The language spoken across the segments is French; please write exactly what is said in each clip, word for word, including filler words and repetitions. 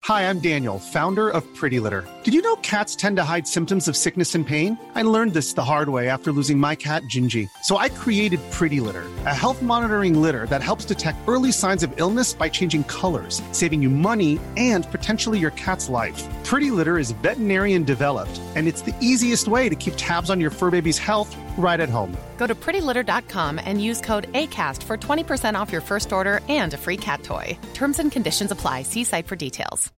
Hi, I'm Daniel, founder of Pretty Litter. Did you know cats tend to hide symptoms of sickness and pain? I learned this the hard way after losing my cat, Gingy. So I created Pretty Litter, a health monitoring litter that helps detect early signs of illness by changing colors, saving you money and potentially your cat's life. Pretty Litter is veterinarian developed, and it's the easiest way to keep tabs on your fur baby's health right at home. Go to pretty litter dot com and use code ACAST for twenty percent off your first order and a free cat toy. Terms and conditions apply. See site for details.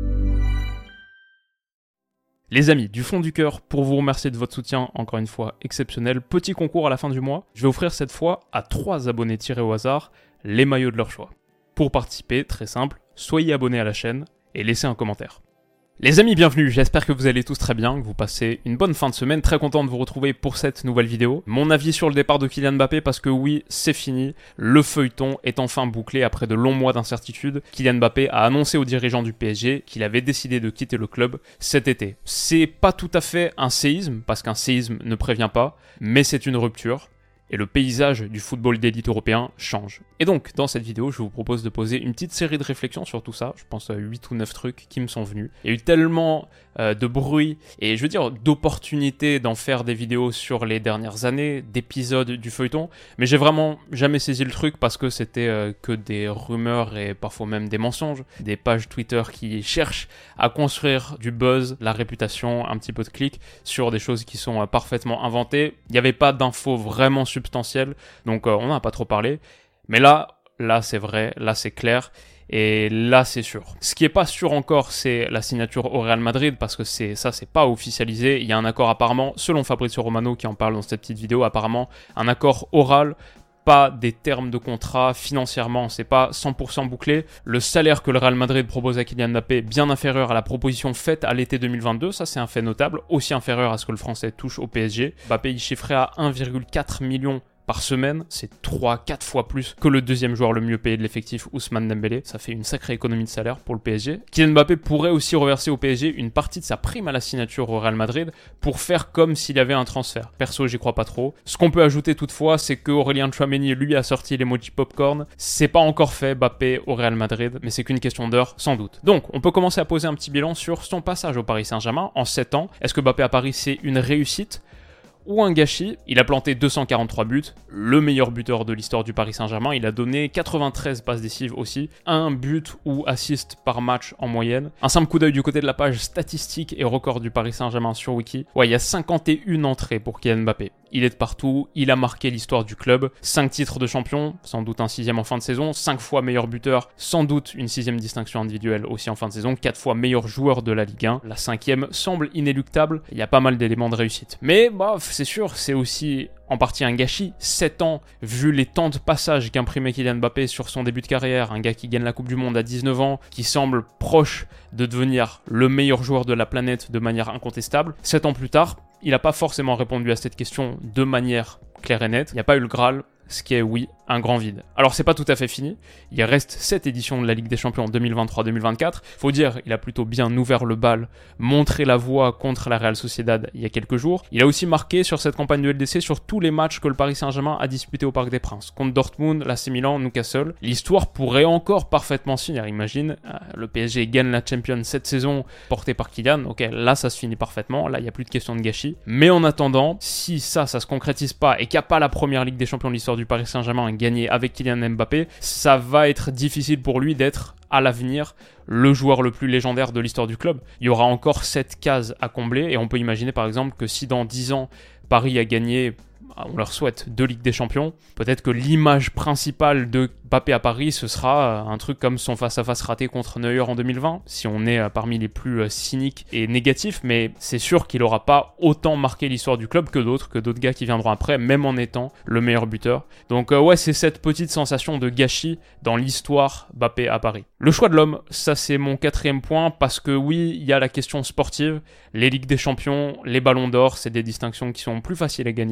Les amis, du fond du cœur, pour vous remercier de votre soutien, encore une fois exceptionnel, petit concours à la fin du mois. Je vais offrir cette fois à trois abonnés tirés au hasard les maillots de leur choix. Pour participer, très simple, soyez abonnés à la chaîne et laissez un commentaire. Les amis, bienvenue, j'espère que vous allez tous très bien, que vous passez une bonne fin de semaine, très content de vous retrouver pour cette nouvelle vidéo. Mon avis sur le départ de Kylian Mbappé, parce que oui, c'est fini, le feuilleton est enfin bouclé après de longs mois d'incertitude. Kylian Mbappé a annoncé aux dirigeants du P S G qu'il avait décidé de quitter le club cet été. C'est pas tout à fait un séisme, parce qu'un séisme ne prévient pas, mais c'est une rupture. Et le paysage du football d'élite européen change. Et donc, dans cette vidéo, je vous propose de poser une petite série de réflexions sur tout ça. Je pense à huit ou neuf trucs qui me sont venus. Il y a eu tellement euh, de bruit et, je veux dire, d'opportunités d'en faire des vidéos sur les dernières années, d'épisodes du feuilleton. Mais j'ai vraiment jamais saisi le truc parce que c'était euh, que des rumeurs et parfois même des mensonges. Des pages Twitter qui cherchent à construire du buzz, la réputation, un petit peu de clics sur des choses qui sont euh, parfaitement inventées. Il n'y avait pas d'infos vraiment substantielles. substantiel, donc euh, on n'en a pas trop parlé, mais là, là c'est vrai, là c'est clair, et là c'est sûr. Ce qui est pas sûr encore, c'est la signature au Real Madrid, parce que c'est ça, c'est pas officialisé. Il y a un accord apparemment, selon Fabrizio Romano qui en parle dans cette petite vidéo, apparemment un accord oral, pas des termes de contrat, financièrement, c'est pas cent pour cent bouclé. Le salaire que le Real Madrid propose à Kylian Mbappé est bien inférieur à la proposition faite à l'été deux mille vingt-deux, ça c'est un fait notable, aussi inférieur à ce que le Français touche au P S G. Mbappé y chiffrait à un virgule quatre million par semaine, c'est trois à quatre fois plus que le deuxième joueur le mieux payé de l'effectif, Ousmane Dembélé. Ça fait une sacrée économie de salaire pour le P S G. Kylian Mbappé pourrait aussi reverser au P S G une partie de sa prime à la signature au Real Madrid pour faire comme s'il y avait un transfert. Perso, j'y crois pas trop. Ce qu'on peut ajouter toutefois, c'est que Aurélien Tchouaméni, lui, a sorti l'emoji popcorn. C'est pas encore fait, Mbappé au Real Madrid, mais c'est qu'une question d'heure, sans doute. Donc, on peut commencer à poser un petit bilan sur son passage au Paris Saint-Germain en sept ans. Est-ce que Mbappé à Paris, c'est une réussite ou un gâchis? Il a planté deux cent quarante-trois buts, le meilleur buteur de l'histoire du Paris Saint-Germain. Il a donné quatre-vingt-treize passes décisives aussi, un but ou assist par match en moyenne. Un simple coup d'œil du côté de la page statistique et record du Paris Saint-Germain sur Wiki. Ouais, il y a cinquante et une entrées pour Kylian Mbappé. Il est de partout, il a marqué l'histoire du club, cinq titres de champion, sans doute un sixième en fin de saison, cinq fois meilleur buteur, sans doute une sixième distinction individuelle aussi en fin de saison, quatre fois meilleur joueur de la Ligue un, la cinquième semble inéluctable, il y a pas mal d'éléments de réussite. Mais bah, c'est sûr, c'est aussi en partie un gâchis. sept ans, vu les temps de passage qu'imprimait Kylian Mbappé sur son début de carrière, un gars qui gagne la Coupe du Monde à dix-neuf ans, qui semble proche de devenir le meilleur joueur de la planète de manière incontestable. sept ans plus tard, il n'a pas forcément répondu à cette question de manière claire et nette. Il n'y a pas eu le Graal, ce qui est, oui, un grand vide. Alors, c'est pas tout à fait fini. Il reste sept éditions de la Ligue des Champions deux mille vingt-trois deux mille vingt-quatre. Faut dire, il a plutôt bien ouvert le bal, montré la voie contre la Real Sociedad il y a quelques jours. Il a aussi marqué sur cette campagne de L D C sur tous les matchs que le Paris Saint-Germain a disputés au Parc des Princes. Contre Dortmund, l'A C Milan, Newcastle. L'histoire pourrait encore parfaitement se finir. Imagine, le P S G gagne la Champions cette saison, portée par Kylian. Ok, là, ça se finit parfaitement. Là, il n'y a plus de question de gâchis. Mais en attendant, si ça, ça se concrétise pas et qu'il n'y a pas la première Ligue des Champions de l'histoire du Paris Saint-Germain gagnée avec Kylian Mbappé, ça va être difficile pour lui d'être à l'avenir le joueur le plus légendaire de l'histoire du club. Il y aura encore sept cases à combler et on peut imaginer par exemple que si dans dix ans Paris a gagné, on leur souhaite, deux Ligues des Champions, peut-être que l'image principale de Mbappé à Paris, ce sera un truc comme son face-à-face raté contre Neuer en deux mille vingt, si on est parmi les plus cyniques et négatifs, mais c'est sûr qu'il n'aura pas autant marqué l'histoire du club que d'autres, que d'autres gars qui viendront après, même en étant le meilleur buteur. Donc euh, ouais, c'est cette petite sensation de gâchis dans l'histoire Mbappé à Paris. Le choix de l'homme, ça c'est mon quatrième point, parce que oui, il y a la question sportive, les Ligues des Champions, les Ballons d'Or, c'est des distinctions qui sont plus faciles à gagner au Real Madrid,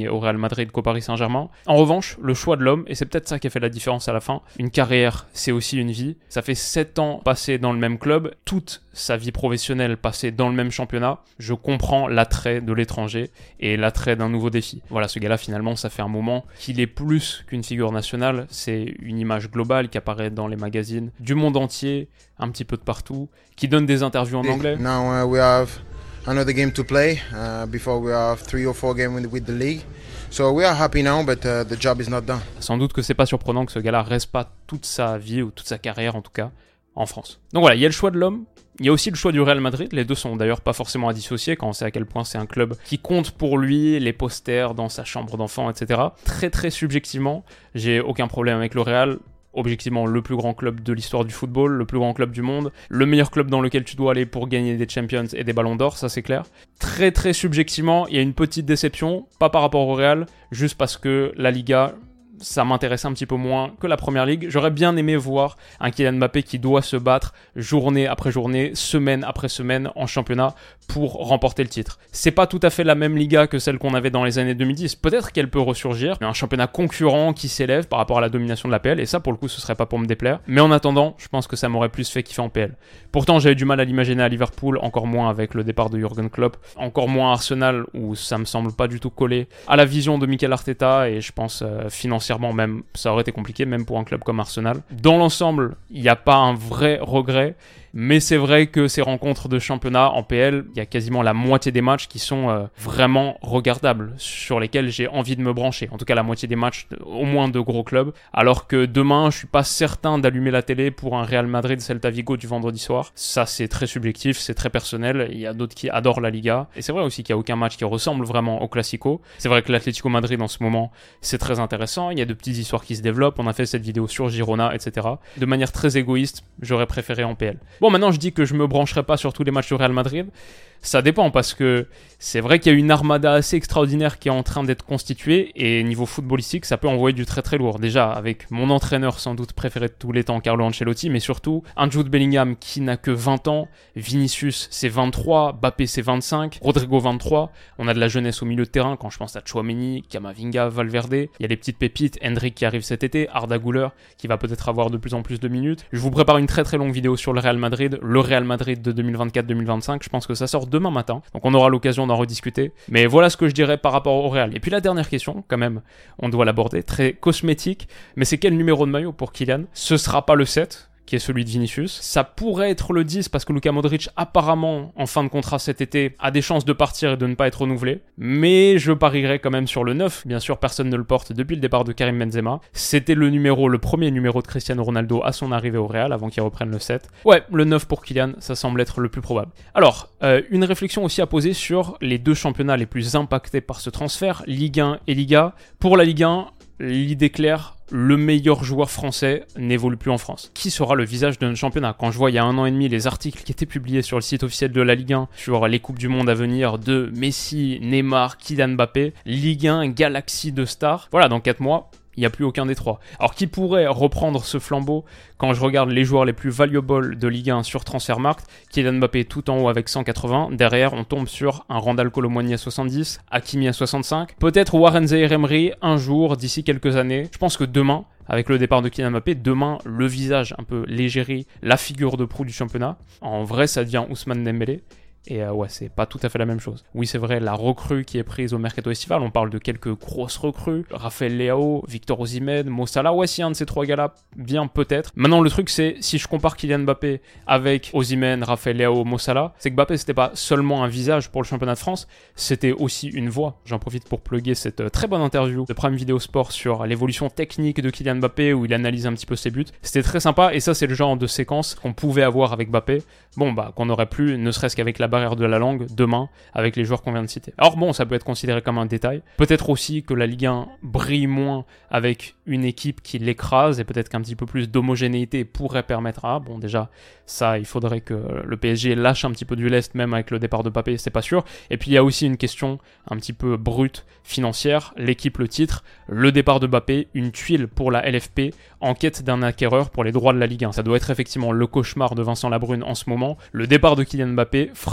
Madrid qu'au Paris Saint-Germain. En revanche, le choix de l'homme, et c'est peut-être ça qui a fait la différence à la fin, une carrière, c'est aussi une vie. Ça fait sept ans passés dans le même club, toute sa vie professionnelle passée dans le même championnat. Je comprends l'attrait de l'étranger et l'attrait d'un nouveau défi. Voilà, ce gars-là, finalement, ça fait un moment qu'il est plus qu'une figure nationale. C'est une image globale qui apparaît dans les magazines du monde entier, un petit peu de partout, qui donne des interviews en anglais. Now uh, we have another game to play. Uh, before we have three or four games with, with the league. So we are happy now, but uh, the job is not done. Sans doute que c'est pas surprenant que ce gars-là reste pas toute sa vie ou toute sa carrière en tout cas en France. Donc voilà, il y a le choix de l'homme. Il y a aussi le choix du Real Madrid, les deux sont d'ailleurs pas forcément à dissocier quand on sait à quel point c'est un club qui compte pour lui, les posters dans sa chambre d'enfant, et cetera. Très très subjectivement, j'ai aucun problème avec le Real. Objectivement, le plus grand club de l'histoire du football, le plus grand club du monde, le meilleur club dans lequel tu dois aller pour gagner des Champions et des Ballons d'Or, ça c'est clair. Très très subjectivement, il y a une petite déception, pas par rapport au Real, juste parce que la Liga, ça m'intéresse un petit peu moins que la Première Ligue. J'aurais bien aimé voir un Kylian Mbappé qui doit se battre journée après journée, semaine après semaine en championnat pour remporter le titre. C'est pas tout à fait la même Liga que celle qu'on avait dans les années deux mille dix. Peut-être qu'elle peut ressurgir, mais un championnat concurrent qui s'élève par rapport à la domination de l'A P L, et ça pour le coup ce serait pas pour me déplaire. Mais en attendant, je pense que ça m'aurait plus fait kiffer en P L. Pourtant j'avais du mal à l'imaginer à Liverpool, encore moins avec le départ de Jürgen Klopp, encore moins à Arsenal où ça me semble pas du tout collé à la vision de Mikel Arteta, et je pense euh, financièrement même ça aurait été compliqué même pour un club comme Arsenal. Dans l'ensemble, il n'y a pas un vrai regret, mais c'est vrai que ces rencontres de championnat en P L, il y a quasiment la moitié des matchs qui sont euh, vraiment regardables, sur lesquels j'ai envie de me brancher. En tout cas, la moitié des matchs, de, au moins de gros clubs. Alors que demain, je suis pas certain d'allumer la télé pour un Real Madrid-Celta Vigo du vendredi soir. Ça, c'est très subjectif, c'est très personnel. Il y a d'autres qui adorent la Liga. Et c'est vrai aussi qu'il n'y a aucun match qui ressemble vraiment au Classico. C'est vrai que l'Atlético Madrid en ce moment, c'est très intéressant. Il y a de petites histoires qui se développent. On a fait cette vidéo sur Girona, et cetera. De manière très égoïste, j'aurais préféré en P L. Bon, maintenant, je dis que je me brancherai pas sur tous les matchs du Real Madrid. Ça dépend, parce que c'est vrai qu'il y a une armada assez extraordinaire qui est en train d'être constituée, et niveau footballistique, ça peut envoyer du très très lourd. Déjà, avec mon entraîneur sans doute préféré de tous les temps, Carlo Ancelotti, mais surtout un Jude Bellingham qui n'a que vingt ans, Vinicius c'est vingt-trois, Mbappé c'est vingt-cinq, Rodrigo vingt-trois, on a de la jeunesse au milieu de terrain quand je pense à Tchouaméni, Camavinga, Valverde, il y a des petites pépites, Hendrick qui arrive cet été, Arda Güler qui va peut-être avoir de plus en plus de minutes. Je vous prépare une très très longue vidéo sur le Real Madrid, le Real Madrid de deux mille vingt-quatre deux mille vingt-cinq, je pense que ça sort demain matin, donc on aura l'occasion d'en rediscuter. Mais voilà ce que je dirais par rapport au Real. Et puis la dernière question, quand même, on doit l'aborder, très cosmétique, mais c'est quel numéro de maillot pour Kylian ? Ce sera pas le sept, qui est celui de Vinicius. Ça pourrait être le dix parce que Luka Modric, apparemment, en fin de contrat cet été, a des chances de partir et de ne pas être renouvelé. Mais je parierais quand même sur le neuf. Bien sûr, personne ne le porte depuis le départ de Karim Benzema. C'était le numéro, le premier numéro de Cristiano Ronaldo à son arrivée au Real, avant qu'il reprenne le sept. Ouais, le neuf pour Kylian, ça semble être le plus probable. Alors, euh, une réflexion aussi à poser sur les deux championnats les plus impactés par ce transfert, Ligue un et Liga. Pour la Ligue un, l'idée claire, le meilleur joueur français n'évolue plus en France. Qui sera le visage de notre championnat ? Quand je vois il y a un an et demi les articles qui étaient publiés sur le site officiel de la Ligue un sur les Coupes du Monde à venir de Messi, Neymar, Kylian Mbappé, Ligue un, galaxie de stars. Voilà, dans quatre mois, il n'y a plus aucun des trois. Alors qui pourrait reprendre ce flambeau quand je regarde les joueurs les plus valuables de Ligue un sur Transfermarkt? Kylian Mbappé tout en haut avec cent quatre-vingts, derrière on tombe sur un Randal Kolo Muani à soixante-dix, Hakimi à soixante-cinq, peut-être Warren Zaïre-Emery un jour d'ici quelques années. Je pense que demain, avec le départ de Kylian Mbappé, demain le visage un peu légéri, la figure de proue du championnat, en vrai ça devient Ousmane Dembélé. Et euh, ouais, c'est pas tout à fait la même chose. Oui, c'est vrai, la recrue qui est prise au mercato estival, on parle de quelques grosses recrues. Raphaël Leao, Victor Osimhen, Mo Salah, ouais, si un de ces trois gars-là vient peut-être. Maintenant, le truc, c'est, si je compare Kylian Mbappé avec Osimhen, Raphaël Leao, Mo Salah, c'est que Mbappé, c'était pas seulement un visage pour le championnat de France, c'était aussi une voix. J'en profite pour plugger cette euh, très bonne interview de Prime Video Sport sur l'évolution technique de Kylian Mbappé, où il analyse un petit peu ses buts. C'était très sympa, et ça, c'est le genre de séquence qu'on pouvait avoir avec Mbappé. Bon, bah, qu'on aurait plus, ne serait-ce qu'avec la barrière de la langue demain avec les joueurs qu'on vient de citer. Alors bon, ça peut être considéré comme un détail. Peut-être aussi que la Ligue un brille moins avec une équipe qui l'écrase et peut-être qu'un petit peu plus d'homogénéité pourrait permettre à... Bon, déjà, ça, il faudrait que le P S G lâche un petit peu du lest, même avec le départ de Mbappé, c'est pas sûr. Et puis il y a aussi une question un petit peu brute, financière. L'équipe, le titre, le départ de Mbappé, une tuile pour la L F P en quête d'un acquéreur pour les droits de la Ligue un. Ça doit être effectivement le cauchemar de Vincent Labrune en ce moment. Le départ de Kylian Mbappé fragilise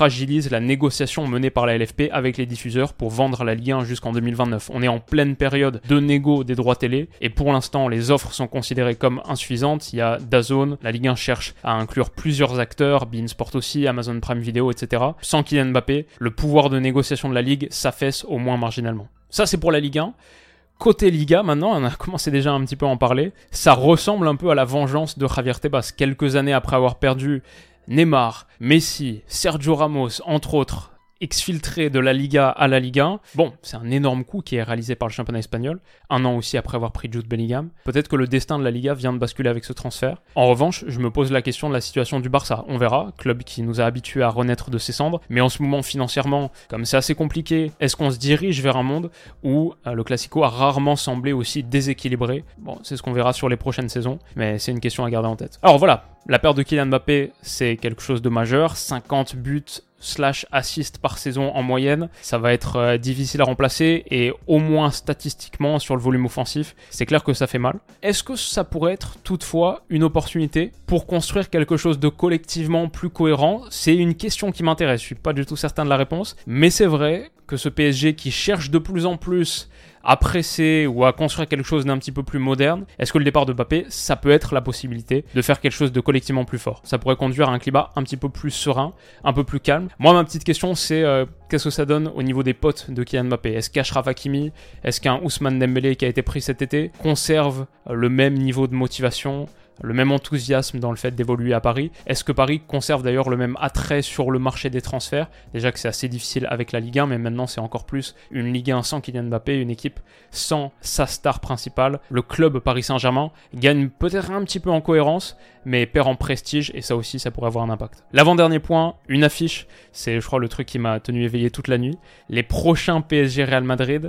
fragilise la négociation menée par la L F P avec les diffuseurs pour vendre la Ligue un jusqu'en deux mille vingt-neuf. On est en pleine période de négo des droits télé et pour l'instant les offres sont considérées comme insuffisantes. Il y a DAZN, la Ligue un cherche à inclure plusieurs acteurs, beIN Sport aussi, Amazon Prime Video, et cetera. Sans Kylian Mbappé, le pouvoir de négociation de la Ligue s'affaisse au moins marginalement. Ça c'est pour la Ligue un. Côté Liga, maintenant, on a commencé déjà un petit peu à en parler, ça ressemble un peu à la vengeance de Javier Tebas. Quelques années après avoir perdu Neymar, Messi, Sergio Ramos, entre autres, exfiltré de la Liga à la Ligue un. Bon, c'est un énorme coup qui est réalisé par le championnat espagnol, un an aussi après avoir pris Jude Bellingham. Peut-être que le destin de la Liga vient de basculer avec ce transfert. En revanche, je me pose la question de la situation du Barça. On verra, club qui nous a habitués à renaître de ses cendres, mais en ce moment financièrement, comme c'est assez compliqué, est-ce qu'on se dirige vers un monde où euh, le Classico a rarement semblé aussi déséquilibré? Bon, c'est ce qu'on verra sur les prochaines saisons, mais c'est une question à garder en tête. Alors voilà, la perte de Kylian Mbappé, c'est quelque chose de majeur, cinquante buts slash assist par saison en moyenne, ça va être euh, difficile à remplacer et au moins statistiquement sur le volume offensif, c'est clair que ça fait mal. Est-ce que ça pourrait être toutefois une opportunité pour construire quelque chose de collectivement plus cohérent? C'est une question qui m'intéresse, je suis pas du tout certain de la réponse, mais c'est vrai que ce P S G qui cherche de plus en plus à presser ou à construire quelque chose d'un petit peu plus moderne, est-ce que le départ de Mbappé, ça peut être la possibilité de faire quelque chose de collectivement plus fort? Ça pourrait conduire à un climat un petit peu plus serein, un peu plus calme. Moi, ma petite question, c'est euh, qu'est-ce que ça donne au niveau des potes de Kylian Mbappé? Est-ce qu'Achraf Hakimi, est-ce qu'un Ousmane Dembélé qui a été pris cet été conserve euh, le même niveau de motivation, le même enthousiasme dans le fait d'évoluer à Paris? Est-ce que Paris conserve d'ailleurs le même attrait sur le marché des transferts? Déjà que c'est assez difficile avec la Ligue un, mais maintenant c'est encore plus une Ligue un sans Kylian Mbappé, une équipe sans sa star principale. Le club Paris Saint-Germain gagne peut-être un petit peu en cohérence, mais perd en prestige, et ça aussi, ça pourrait avoir un impact. L'avant-dernier point, une affiche, c'est je crois le truc qui m'a tenu éveillé toute la nuit. Les prochains P S G Real Madrid...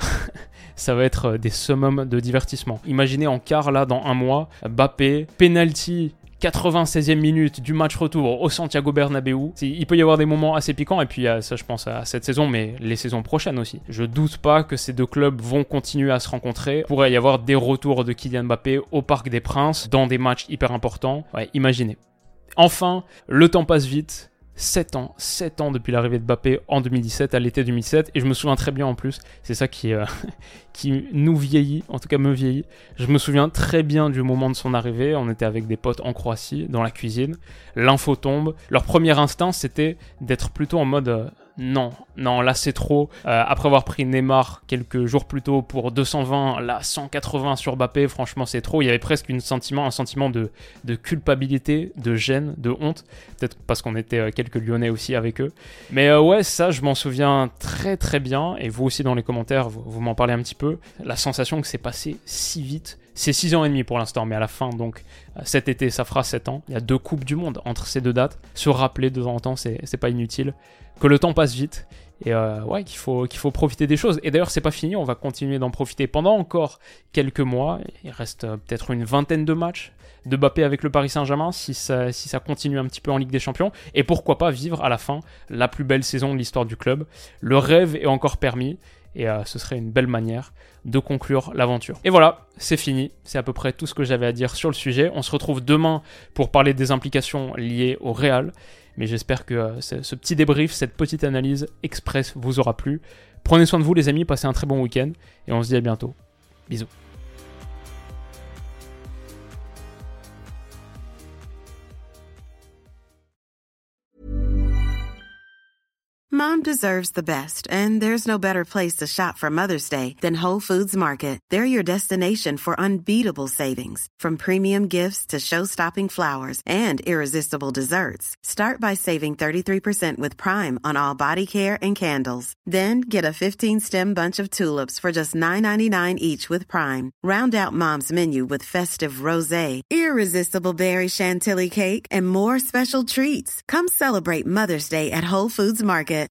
ça va être des summums de divertissement. Imaginez en quart, là, dans un mois, Mbappé, penalty, quatre-vingt-seizième minute du match retour au Santiago Bernabéu. Il peut y avoir des moments assez piquants, et puis ça je pense à cette saison, mais les saisons prochaines aussi. Je doute pas que ces deux clubs vont continuer à se rencontrer. Il pourrait y avoir des retours de Kylian Mbappé au Parc des Princes, dans des matchs hyper importants. Ouais, imaginez. Enfin, le temps passe vite. sept ans, sept ans depuis l'arrivée de Mbappé en deux mille dix-sept, à l'été deux mille dix-sept, et je me souviens très bien en plus, c'est ça qui, euh, qui nous vieillit, en tout cas me vieillit. Je me souviens très bien du moment de son arrivée, on était avec des potes en Croatie, dans la cuisine, l'info tombe, leur premier instinct c'était d'être plutôt en mode... Euh, Non, non, là c'est trop. Euh, après avoir pris Neymar quelques jours plus tôt pour deux cent vingt, là cent quatre-vingts sur Mbappé, franchement c'est trop. Il y avait presque une sentiment, un sentiment de, de culpabilité, de gêne, de honte. Peut-être parce qu'on était euh, quelques Lyonnais aussi avec eux. Mais euh, ouais, ça je m'en souviens très très bien. Et vous aussi dans les commentaires, vous, vous m'en parlez un petit peu. La sensation que c'est passé si vite. C'est six ans et demi pour l'instant, mais à la fin, donc cet été, ça fera sept ans. Il y a deux Coupes du Monde entre ces deux dates. Se rappeler de temps en temps, c'est, c'est pas inutile. Que le temps passe vite. Et euh, ouais, qu'il faut, qu'il faut profiter des choses. Et d'ailleurs, c'est pas fini, on va continuer d'en profiter pendant encore quelques mois. Il reste euh, peut-être une vingtaine de matchs de Mbappé avec le Paris Saint-Germain, si ça, si ça continue un petit peu en Ligue des Champions. Et pourquoi pas vivre à la fin la plus belle saison de l'histoire du club. Le rêve est encore permis. Et euh, ce serait une belle manière de conclure l'aventure. Et voilà, c'est fini. C'est à peu près tout ce que j'avais à dire sur le sujet. On se retrouve demain pour parler des implications liées au Real. Mais j'espère que euh, ce petit débrief, cette petite analyse express vous aura plu. Prenez soin de vous les amis, passez un très bon week-end. Et on se dit à bientôt. Bisous. Mom deserves the best, and there's no better place to shop for Mother's Day than Whole Foods Market. They're your destination for unbeatable savings, from premium gifts to show-stopping flowers and irresistible desserts. Start by saving thirty-three percent with Prime on all body care and candles. Then get a fifteen-stem bunch of tulips for just nine ninety-nine each with Prime. Round out Mom's menu with festive rosé, irresistible berry chantilly cake, and more special treats. Come celebrate Mother's Day at Whole Foods Market.